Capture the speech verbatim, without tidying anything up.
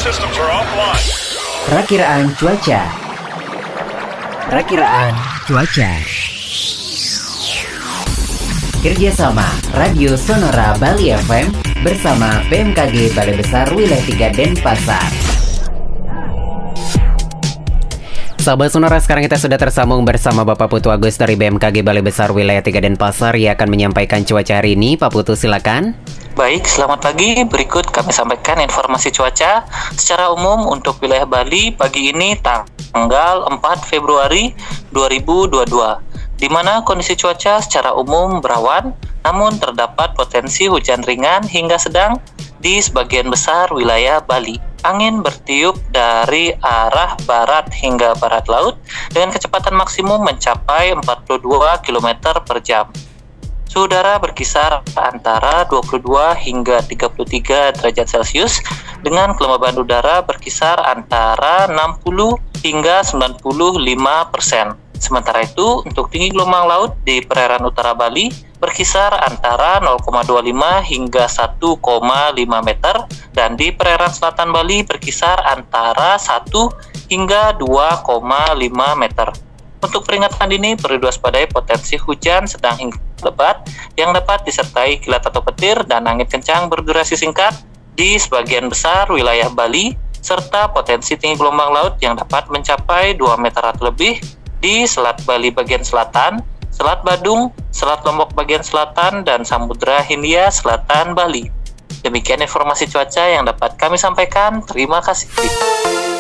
Perakiraan cuaca. Perakiraan cuaca. Kerjasama Radio Sonora Bali F M bersama B M K G Balai Besar Wilayah tiga Denpasar. Sahabat Sonora, sekarang kita sudah tersambung bersama Bapak Putu Agus dari B M K G Balai Besar Wilayah tiga Denpasar yang akan menyampaikan cuaca hari ini. Pak Putu, silakan. Baik, selamat pagi. Berikut kami sampaikan informasi cuaca secara umum untuk wilayah Bali pagi ini tanggal empat Februari dua ribu dua puluh dua, di mana kondisi cuaca secara umum berawan, namun terdapat potensi hujan ringan hingga sedang di sebagian besar wilayah Bali. Angin bertiup dari arah barat hingga barat laut dengan kecepatan maksimum mencapai empat puluh dua kilometer per jam. Suhu udara berkisar antara dua puluh dua hingga tiga puluh tiga derajat Celcius dengan kelembaban udara berkisar antara enam puluh hingga sembilan puluh lima persen. Sementara itu, untuk tinggi gelombang laut di perairan utara Bali berkisar antara nol koma dua lima hingga satu koma lima meter dan di perairan selatan Bali berkisar antara satu hingga dua koma lima meter. Untuk peringatan dini perlu diwaspadai potensi hujan sedang hingga lebat yang dapat disertai kilat atau petir dan angin kencang berdurasi singkat di sebagian besar wilayah Bali serta potensi tinggi gelombang laut yang dapat mencapai dua meter atau lebih di Selat Bali bagian selatan, Selat Badung, Selat Lombok bagian selatan, dan Samudra Hindia Selatan Bali. Demikian informasi cuaca yang dapat kami sampaikan. Terima kasih.